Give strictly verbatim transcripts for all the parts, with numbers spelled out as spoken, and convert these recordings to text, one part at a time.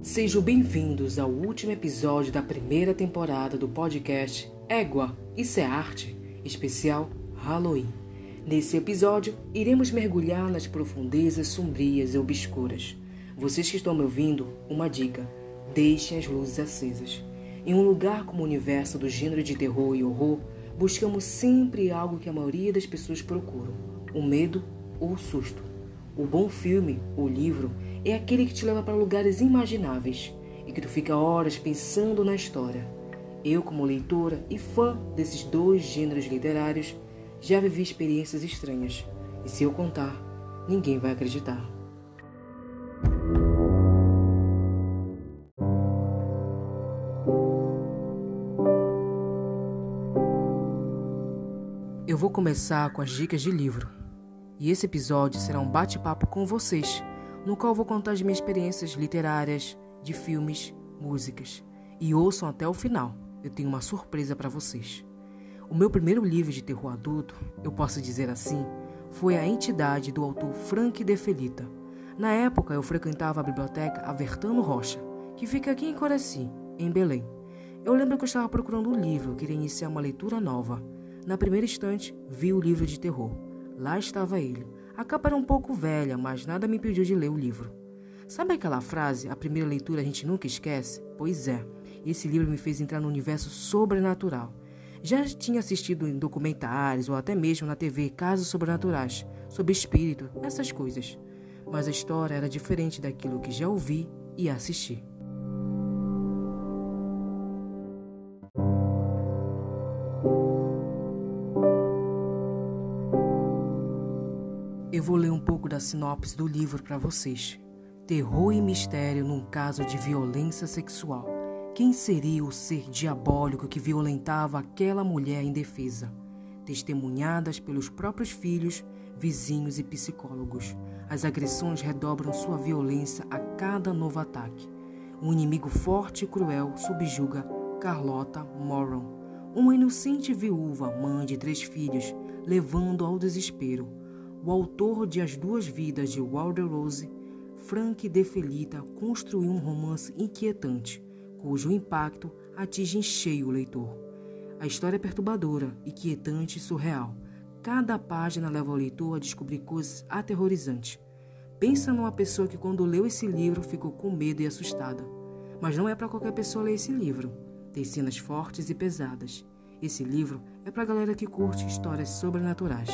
Sejam bem-vindos ao último episódio da primeira temporada do podcast Égua, Isso é Arte, especial Halloween. Nesse episódio, iremos mergulhar nas profundezas sombrias e obscuras. Vocês que estão me ouvindo, uma dica: deixem as luzes acesas. Em um lugar como o universo do gênero de terror e horror, buscamos sempre algo que a maioria das pessoas procuram: o medo ou o susto. O bom filme, ou livro, é aquele que te leva para lugares imagináveis e que tu fica horas pensando na história. Eu, como leitora e fã desses dois gêneros literários, já vivi experiências estranhas. E se eu contar, ninguém vai acreditar. Eu vou começar com as dicas de livro. E esse episódio será um bate-papo com vocês, no qual vou contar as minhas experiências literárias, de filmes, músicas. E ouçam até o final, eu tenho uma surpresa para vocês. O meu primeiro livro de terror adulto, eu posso dizer assim, foi A Entidade, do autor Frank De Felitta. Na época, eu frequentava a biblioteca Avertano Rocha, que fica aqui em Coraci, em Belém. Eu lembro que eu estava procurando um livro, eu queria iniciar uma leitura nova. Na primeira instante, vi o livro de terror. Lá estava ele. A capa era um pouco velha, mas nada me impediu de ler o livro. Sabe aquela frase, a primeira leitura a gente nunca esquece? Pois é, esse livro me fez entrar no universo sobrenatural. Já tinha assistido em documentários ou até mesmo na T V casos sobrenaturais, sobre espírito, essas coisas. Mas a história era diferente daquilo que já ouvi e assisti. Eu vou ler um pouco da sinopse do livro para vocês. Terror e mistério num caso de violência sexual. Quem seria o ser diabólico que violentava aquela mulher indefesa? Testemunhadas pelos próprios filhos, vizinhos e psicólogos, as agressões redobram sua violência a cada novo ataque. Um inimigo forte e cruel subjuga Carlota Moron, uma inocente viúva, mãe de três filhos, levando ao desespero. O autor de As Duas Vidas de Walter Rose, Frank De Felitta, construiu um romance inquietante, cujo impacto atinge em cheio o leitor. A história é perturbadora, inquietante e surreal. Cada página leva o leitor a descobrir coisas aterrorizantes. Pensa numa pessoa que quando leu esse livro ficou com medo e assustada. Mas não é para qualquer pessoa ler esse livro. Tem cenas fortes e pesadas. Esse livro é para a galera que curte histórias sobrenaturais.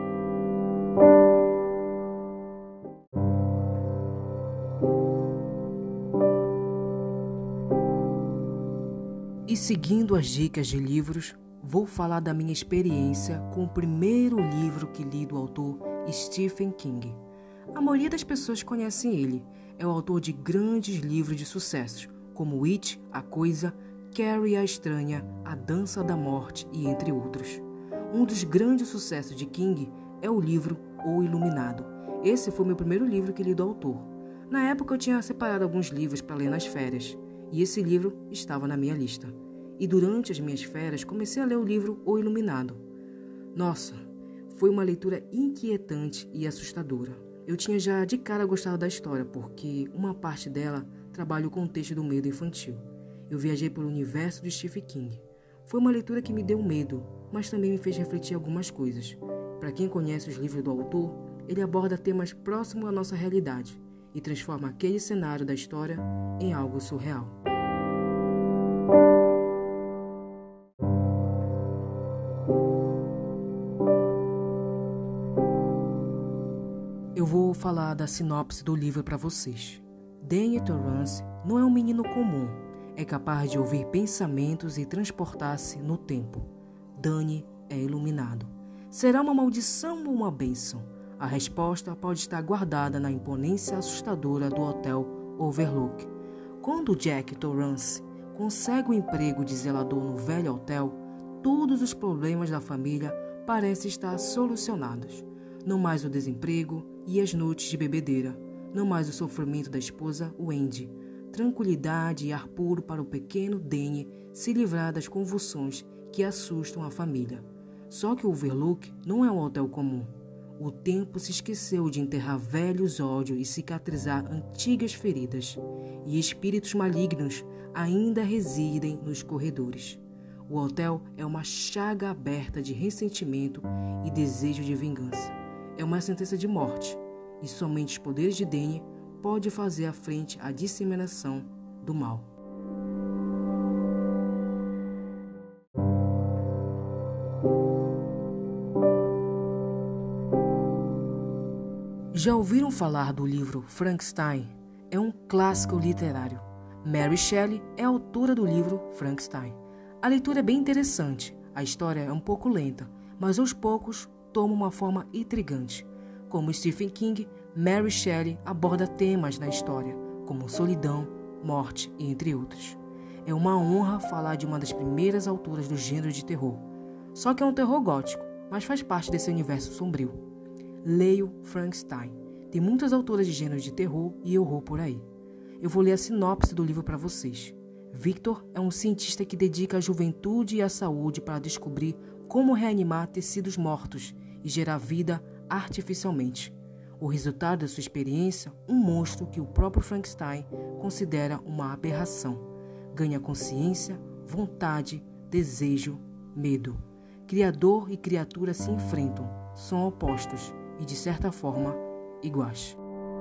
E seguindo as dicas de livros, vou falar da minha experiência com o primeiro livro que li do autor Stephen King. A maioria das pessoas conhecem ele. É o autor de grandes livros de sucessos, como It, A Coisa, Carrie a Estranha, A Dança da Morte e entre outros. Um dos grandes sucessos de King é o livro O Iluminado. Esse foi o meu primeiro livro que li do autor. Na época eu tinha separado alguns livros para ler nas férias, e esse livro estava na minha lista. E durante as minhas férias comecei a ler o livro O Iluminado. Nossa, foi uma leitura inquietante e assustadora. Eu tinha já de cara gostado da história, porque uma parte dela trabalha o contexto do medo infantil. Eu viajei pelo universo de Stephen King. Foi uma leitura que me deu medo, mas também me fez refletir algumas coisas. Para quem conhece os livros do autor, ele aborda temas próximos à nossa realidade e transforma aquele cenário da história em algo surreal. Eu vou falar da sinopse do livro para vocês. Danny Torrance não é um menino comum. É capaz de ouvir pensamentos e transportar-se no tempo. Danny é iluminado. Será uma maldição ou uma bênção? A resposta pode estar guardada na imponência assustadora do Hotel Overlook. Quando Jack Torrance consegue um emprego de zelador no velho hotel, todos os problemas da família parecem estar solucionados. Não mais o desemprego e as noites de bebedeira. Não mais o sofrimento da esposa Wendy. Tranquilidade e ar puro para o pequeno Danny se livrar das convulsões que assustam a família. Só que o Overlook não é um hotel comum. O tempo se esqueceu de enterrar velhos ódios e cicatrizar antigas feridas, e espíritos malignos ainda residem nos corredores. O hotel é uma chaga aberta de ressentimento e desejo de vingança. É uma sentença de morte, e somente os poderes de Danny podem fazer à frente à disseminação do mal. Já ouviram falar do livro Frankenstein? É um clássico literário. Mary Shelley é autora do livro Frankenstein. A leitura é bem interessante, a história é um pouco lenta, mas aos poucos toma uma forma intrigante. Como Stephen King, Mary Shelley aborda temas na história, como solidão, morte e entre outros. É uma honra falar de uma das primeiras autoras do gênero de terror. Só que é um terror gótico, mas faz parte desse universo sombrio. Leio Frankenstein. Tem muitas autoras de gênero de terror e horror por aí. Eu vou ler a sinopse do livro para vocês. Victor é um cientista que dedica a juventude e a saúde para descobrir como reanimar tecidos mortos e gerar vida artificialmente. O resultado da sua experiência, um monstro que o próprio Frankenstein considera uma aberração. Ganha consciência, vontade, desejo, medo. Criador e criatura se enfrentam, são opostos e, de certa forma, iguais.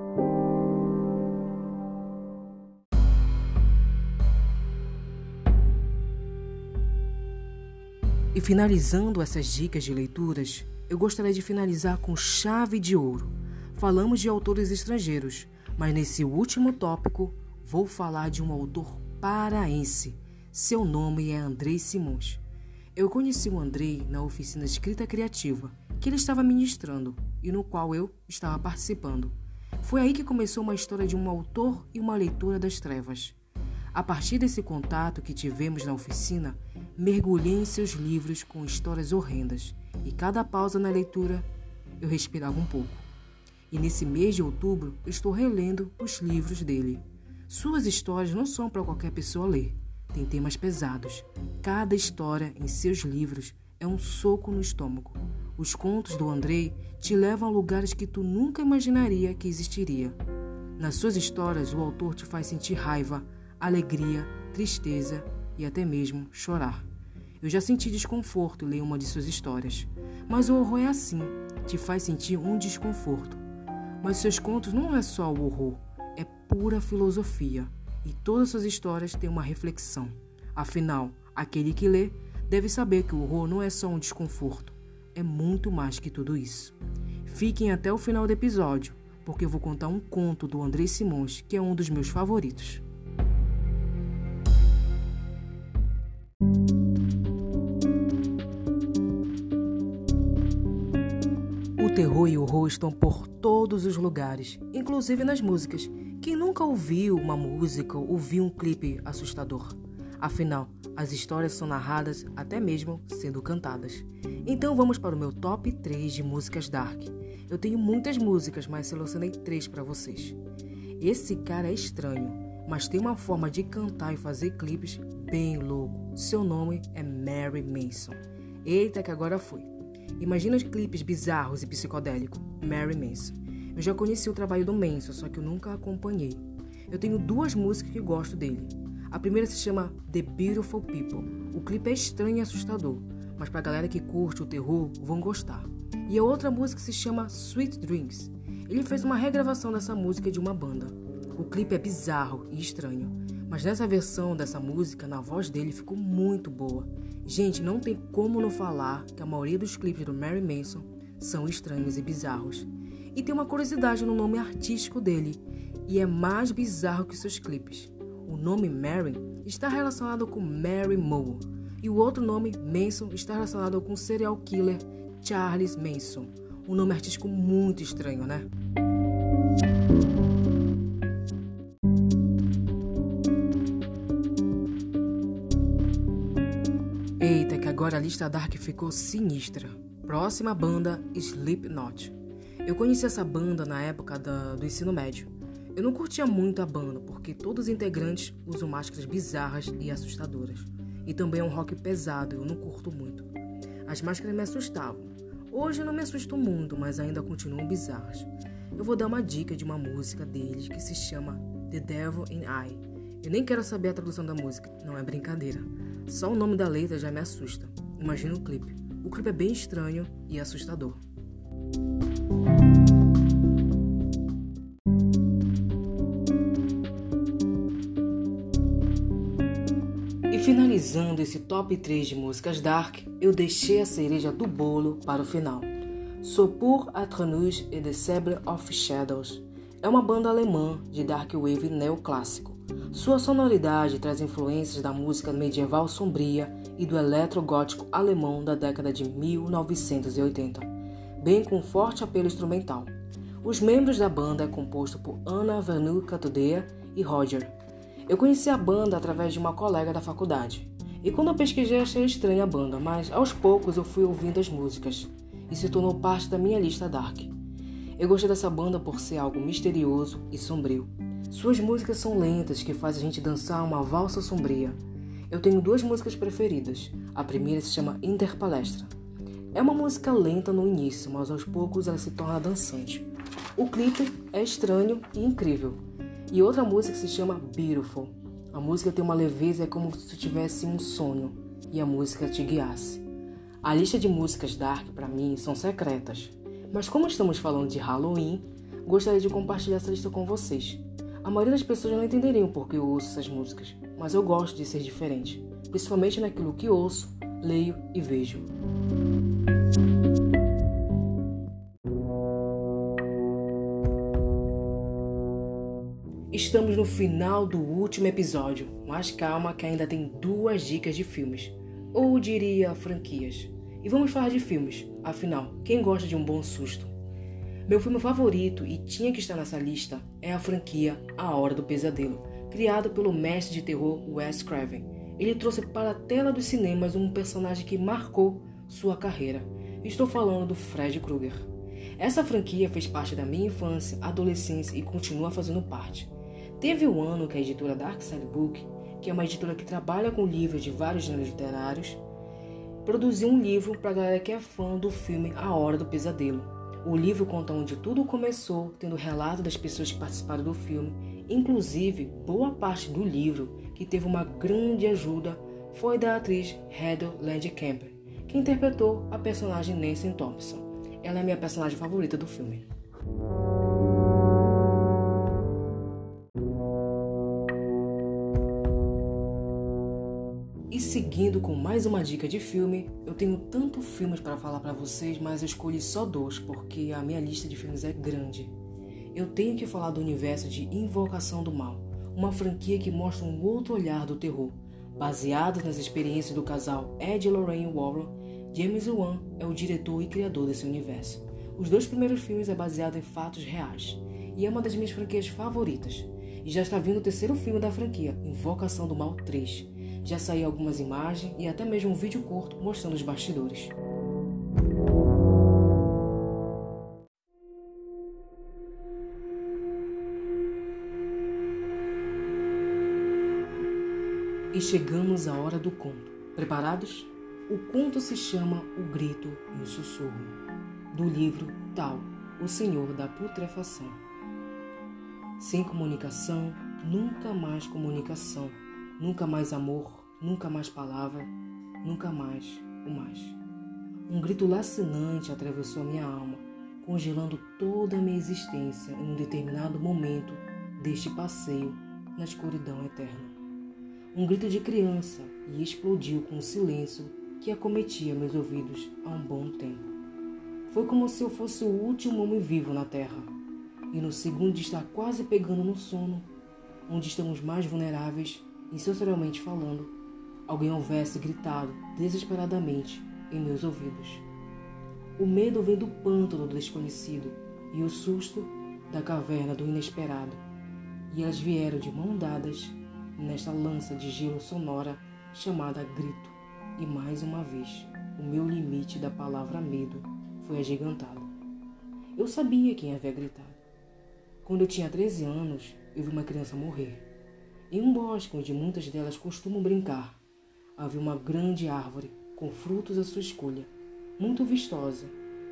E finalizando essas dicas de leituras, eu gostaria de finalizar com chave de ouro. Falamos de autores estrangeiros, mas nesse último tópico vou falar de um autor paraense. Seu nome é Andrei Simões. Eu conheci o Andrei na oficina de escrita criativa que ele estava ministrando e no qual eu estava participando. Foi aí que começou uma história de um autor e uma leitura das trevas. A partir desse contato que tivemos na oficina, mergulhei em seus livros com histórias horrendas e cada pausa na leitura eu respirava um pouco. E nesse mês de outubro eu estou relendo os livros dele. Suas histórias não são para qualquer pessoa ler. Tem temas pesados. Cada história em seus livros é um soco no estômago. Os contos do Andrei te levam a lugares que tu nunca imaginaria que existiria. Nas suas histórias, o autor te faz sentir raiva, alegria, tristeza e até mesmo chorar. Eu já senti desconforto em ler uma de suas histórias, mas o horror é assim, te faz sentir um desconforto. Mas seus contos não é só o horror, é pura filosofia, e todas suas histórias têm uma reflexão. Afinal, aquele que lê deve saber que o horror não é só um desconforto, é muito mais que tudo isso. Fiquem até o final do episódio, porque eu vou contar um conto do Andrei Simões, que é um dos meus favoritos. O terror e o horror estão por todos os lugares, inclusive nas músicas. Quem nunca ouviu uma música ou viu um clipe assustador? Afinal, as histórias são narradas até mesmo sendo cantadas. Então vamos para o meu top três de músicas dark. Eu tenho muitas músicas, mas selecionei três para vocês. Esse cara é estranho, mas tem uma forma de cantar e fazer clipes bem louco. Seu nome é Mary Manson. Eita que agora foi. Imagina os clipes bizarros e psicodélicos. Mary Manson. Eu já conheci o trabalho do Manson, só que eu nunca acompanhei. Eu tenho duas músicas que gosto dele. A primeira se chama The Beautiful People. O clipe é estranho e assustador, mas pra galera que curte o terror, vão gostar. E a outra música se chama Sweet Dreams. Ele fez uma regravação dessa música de uma banda. O clipe é bizarro e estranho, mas nessa versão dessa música, na voz dele, ficou muito boa. Gente, não tem como não falar que a maioria dos clipes do Mary Manson são estranhos e bizarros. E tem uma curiosidade no nome artístico dele, e é mais bizarro que seus clipes. O nome Mary está relacionado com Mary Moore, e o outro nome, Manson, está relacionado com o serial killer Charles Manson. Um nome artístico muito estranho, né? Eita, que agora a lista dark ficou sinistra. Próxima banda, Slipknot. Eu conheci essa banda na época da, do ensino médio. Eu não curtia muito a banda, porque todos os integrantes usam máscaras bizarras e assustadoras. E também é um rock pesado, eu não curto muito. As máscaras me assustavam. Hoje não me assusto muito, mas ainda continuam bizarras. Eu vou dar uma dica de uma música deles que se chama The Devil in I. Eu nem quero saber a tradução da música, não é brincadeira. Só o nome da letra já me assusta. Imagina o clipe. O clipe é bem estranho e assustador. E finalizando esse top três de músicas dark, eu deixei a cereja do bolo para o final. Sou pour être nuge et de Sable of Shadows. É uma banda alemã de dark wave neoclássico. Sua sonoridade traz influências da música medieval sombria e do eletro-gótico alemão da década de mil novecentos e oitenta, bem com forte apelo instrumental. Os membros da banda é composto por Anna Vernu-Catudea e Roger. Eu conheci a banda através de uma colega da faculdade, e quando eu pesquisei achei estranha a banda, mas aos poucos eu fui ouvindo as músicas, e se tornou parte da minha lista dark. Eu gostei dessa banda por ser algo misterioso e sombrio. Suas músicas são lentas que fazem a gente dançar uma valsa sombria. Eu tenho duas músicas preferidas. A primeira se chama Interpalestra. É uma música lenta no início, mas aos poucos ela se torna dançante. O clipe é estranho e incrível. E outra música se chama Beautiful. A música tem uma leveza, é como se tu tivesse um sonho e a música te guiasse. A lista de músicas dark para mim são secretas. Mas como estamos falando de Halloween, gostaria de compartilhar essa lista com vocês. A maioria das pessoas não entenderiam por que eu ouço essas músicas, mas eu gosto de ser diferente, principalmente naquilo que ouço, leio e vejo. Estamos no final do último episódio, mas calma que ainda tem duas dicas de filmes, ou diria franquias. E vamos falar de filmes, afinal, quem gosta de um bom susto? Meu filme favorito, e tinha que estar nessa lista, é a franquia A Hora do Pesadelo, criado pelo mestre de terror Wes Craven. Ele trouxe para a tela dos cinemas um personagem que marcou sua carreira. Estou falando do Fred Krueger. Essa franquia fez parte da minha infância, adolescência e continua fazendo parte. Teve um ano que a editora Dark Side Book, que é uma editora que trabalha com livros de vários gêneros literários, produziu um livro para a galera que é fã do filme A Hora do Pesadelo. O livro conta onde tudo começou, tendo relato das pessoas que participaram do filme. Inclusive, boa parte do livro, que teve uma grande ajuda, foi da atriz Heather Langenkamp, que interpretou a personagem Nancy Thompson. Ela é a minha personagem favorita do filme. E seguindo com mais uma dica de filme, eu tenho tanto filmes para falar para vocês, mas eu escolhi só dois porque a minha lista de filmes é grande. Eu tenho que falar do universo de Invocação do Mal, uma franquia que mostra um outro olhar do terror. Baseado nas experiências do casal Ed e Lorraine Warren, James Wan é o diretor e criador desse universo. Os dois primeiros filmes é baseado em fatos reais e é uma das minhas franquias favoritas. E já está vindo o terceiro filme da franquia, Invocação do Mal três. Já saiu algumas imagens e até mesmo um vídeo curto mostrando os bastidores. E chegamos à hora do conto. Preparados? O conto se chama O Grito e o Sussurro, do livro Tal, o Senhor da Putrefação. Sem comunicação, nunca mais comunicação. Nunca mais amor, nunca mais palavra, nunca mais o mais. Um grito lacinante atravessou a minha alma, congelando toda a minha existência em um determinado momento deste passeio na escuridão eterna. Um grito de criança e explodiu com um silêncio que acometia meus ouvidos há um bom tempo. Foi como se eu fosse o último homem vivo na Terra, e no segundo de estar quase pegando no sono, onde estamos mais vulneráveis, e sensorialmente falando, alguém houvesse gritado desesperadamente em meus ouvidos. O medo vem do pântano do desconhecido e o susto da caverna do inesperado. E elas vieram de mãos dadas nesta lança de gelo sonora chamada grito. E mais uma vez, o meu limite da palavra medo foi agigantado. Eu sabia quem havia gritado. Quando eu tinha treze anos, eu vi uma criança morrer. Em um bosque onde muitas delas costumam brincar, havia uma grande árvore com frutos à sua escolha, muito vistosa,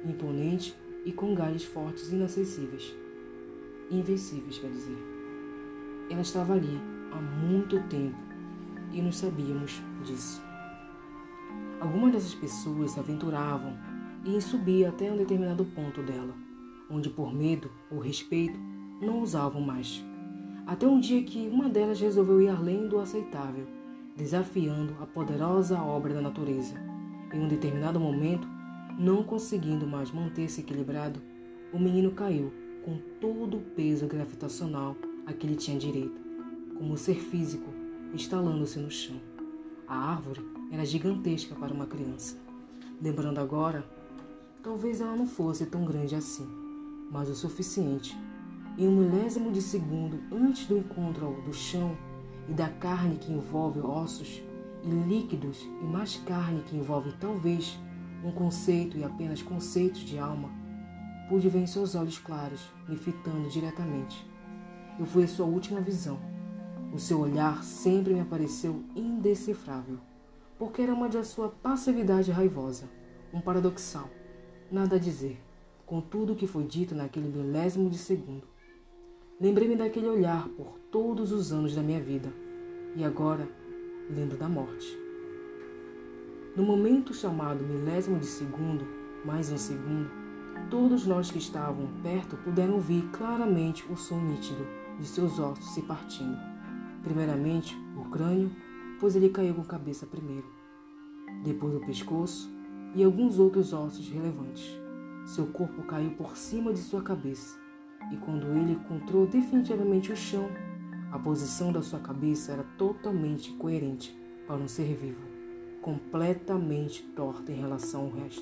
imponente e com galhos fortes inacessíveis. Invencíveis, quer dizer. Ela estava ali há muito tempo e não sabíamos disso. Algumas dessas pessoas se aventuravam e subiam até um determinado ponto dela, onde por medo ou respeito não ousavam mais. Até um dia que uma delas resolveu ir além do aceitável, desafiando a poderosa obra da natureza. Em um determinado momento, não conseguindo mais manter-se equilibrado, o menino caiu com todo o peso gravitacional a que ele tinha direito, como ser físico, estalando-se no chão. A árvore era gigantesca para uma criança. Lembrando agora, talvez ela não fosse tão grande assim, mas o suficiente. Em um milésimo de segundo antes do encontro do chão e da carne que envolve ossos e líquidos e mais carne que envolve talvez um conceito e apenas conceitos de alma, pude ver em seus olhos claros, me fitando diretamente. Eu fui a sua última visão. O seu olhar sempre me pareceu indecifrável, porque era uma de sua passividade raivosa, um paradoxal, nada a dizer, com tudo o que foi dito naquele milésimo de segundo. Lembrei-me daquele olhar por todos os anos da minha vida, e agora lembro da morte. No momento chamado milésimo de segundo, mais um segundo, todos nós que estavam perto puderam ouvir claramente o som nítido de seus ossos se partindo. Primeiramente, o crânio, pois ele caiu com a cabeça primeiro. Depois o pescoço e alguns outros ossos relevantes. Seu corpo caiu por cima de sua cabeça, e quando ele encontrou definitivamente o chão, a posição da sua cabeça era totalmente coerente para um ser vivo, completamente torta em relação ao resto.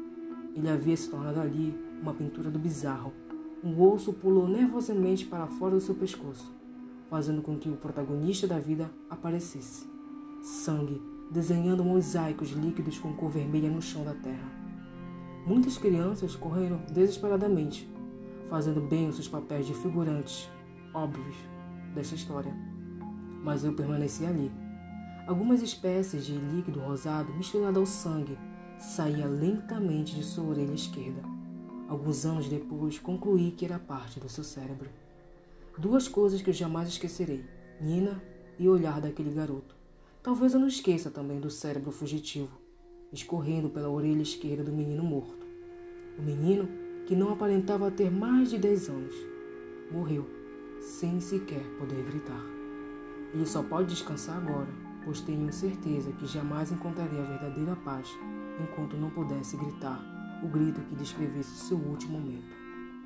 Ele havia se tornado ali uma pintura do bizarro. Um osso pulou nervosamente para fora do seu pescoço, fazendo com que o protagonista da vida aparecesse. Sangue, desenhando mosaicos líquidos com cor vermelha no chão da terra. Muitas crianças correram desesperadamente, fazendo bem os seus papéis de figurantes, óbvios, desta história. Mas eu permaneci ali. Algumas espécies de líquido rosado misturado ao sangue saía lentamente de sua orelha esquerda. Alguns anos depois, concluí que era parte do seu cérebro. Duas coisas que eu jamais esquecerei: Nina e o olhar daquele garoto. Talvez eu não esqueça também do cérebro fugitivo, escorrendo pela orelha esquerda do menino morto. O menino, que não aparentava ter mais de dez anos, morreu, sem sequer poder gritar. Ele só pode descansar agora, pois tenho certeza que jamais encontraria a verdadeira paz enquanto não pudesse gritar o grito que descrevesse seu último momento.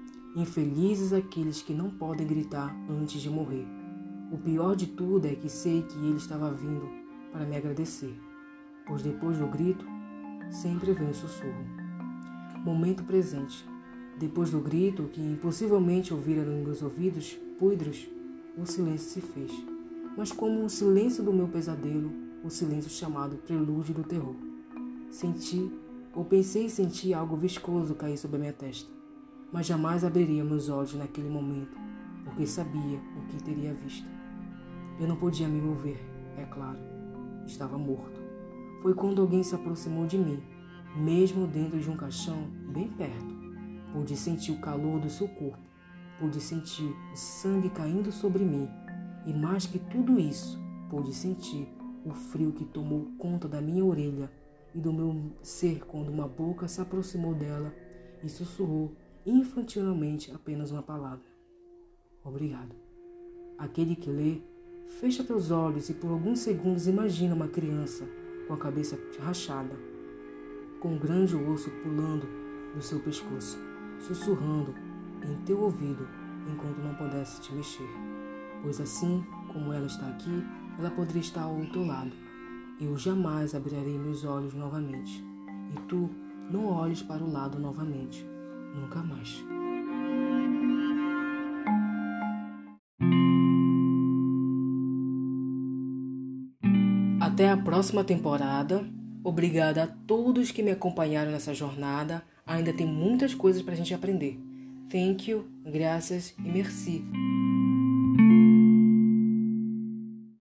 Infelizes aqueles que não podem gritar antes de morrer. O pior de tudo é que sei que ele estava vindo para me agradecer, pois depois do grito, sempre vem o sussurro. Momento presente. Depois do grito, que impossivelmente ouvira em meus ouvidos púdreos, o silêncio se fez. Mas como o silêncio do meu pesadelo, o silêncio chamado prelúdio do terror. Senti, ou pensei sentir algo viscoso cair sobre a minha testa, mas jamais abriria meus olhos naquele momento, porque sabia o que teria visto. Eu não podia me mover, é claro. Estava morto. Foi quando alguém se aproximou de mim, mesmo dentro de um caixão, bem perto. Pude sentir o calor do seu corpo, pude sentir o sangue caindo sobre mim, e mais que tudo isso, pude sentir o frio que tomou conta da minha orelha e do meu ser quando uma boca se aproximou dela e sussurrou infantilmente apenas uma palavra: obrigado. Aquele que lê, fecha teus olhos e por alguns segundos imagina uma criança com a cabeça rachada, com um grande osso pulando do seu pescoço, sussurrando em teu ouvido enquanto não pudesse te mexer. Pois assim como ela está aqui, ela poderia estar ao teu lado. Eu jamais abrirei meus olhos novamente, e tu não olhes para o lado novamente, nunca mais. Até a próxima temporada. Obrigada a todos que me acompanharam nessa jornada. Ainda tem muitas coisas para a gente aprender. Thank you, graças e merci.